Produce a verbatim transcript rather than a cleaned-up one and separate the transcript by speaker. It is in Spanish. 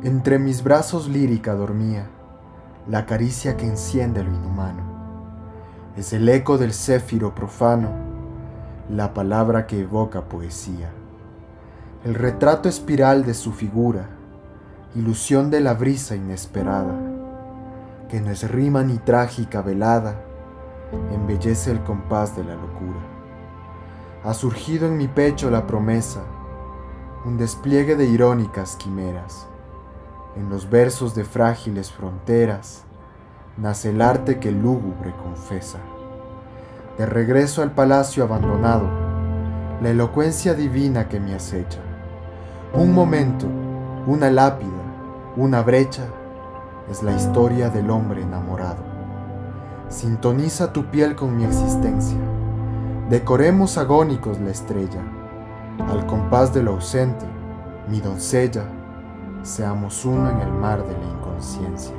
Speaker 1: Entre mis brazos lírica dormía, la caricia que enciende lo inhumano. Es el eco del céfiro profano, la palabra que evoca poesía. El retrato espiral de su figura, ilusión de la brisa inesperada, que no es rima ni trágica velada, embellece el compás de la locura. Ha surgido en mi pecho la promesa, un despliegue de irónicas quimeras. En los versos de frágiles fronteras nace el arte que lúgubre confesa. De regreso al palacio abandonado, la elocuencia divina que me acecha. Un momento, una lápida, una brecha, es la historia del hombre enamorado. Sintoniza tu piel con mi existencia. Decoremos agónicos la estrella. Al compás de lo ausente, mi doncella, seamos uno en el mar de la inconsciencia.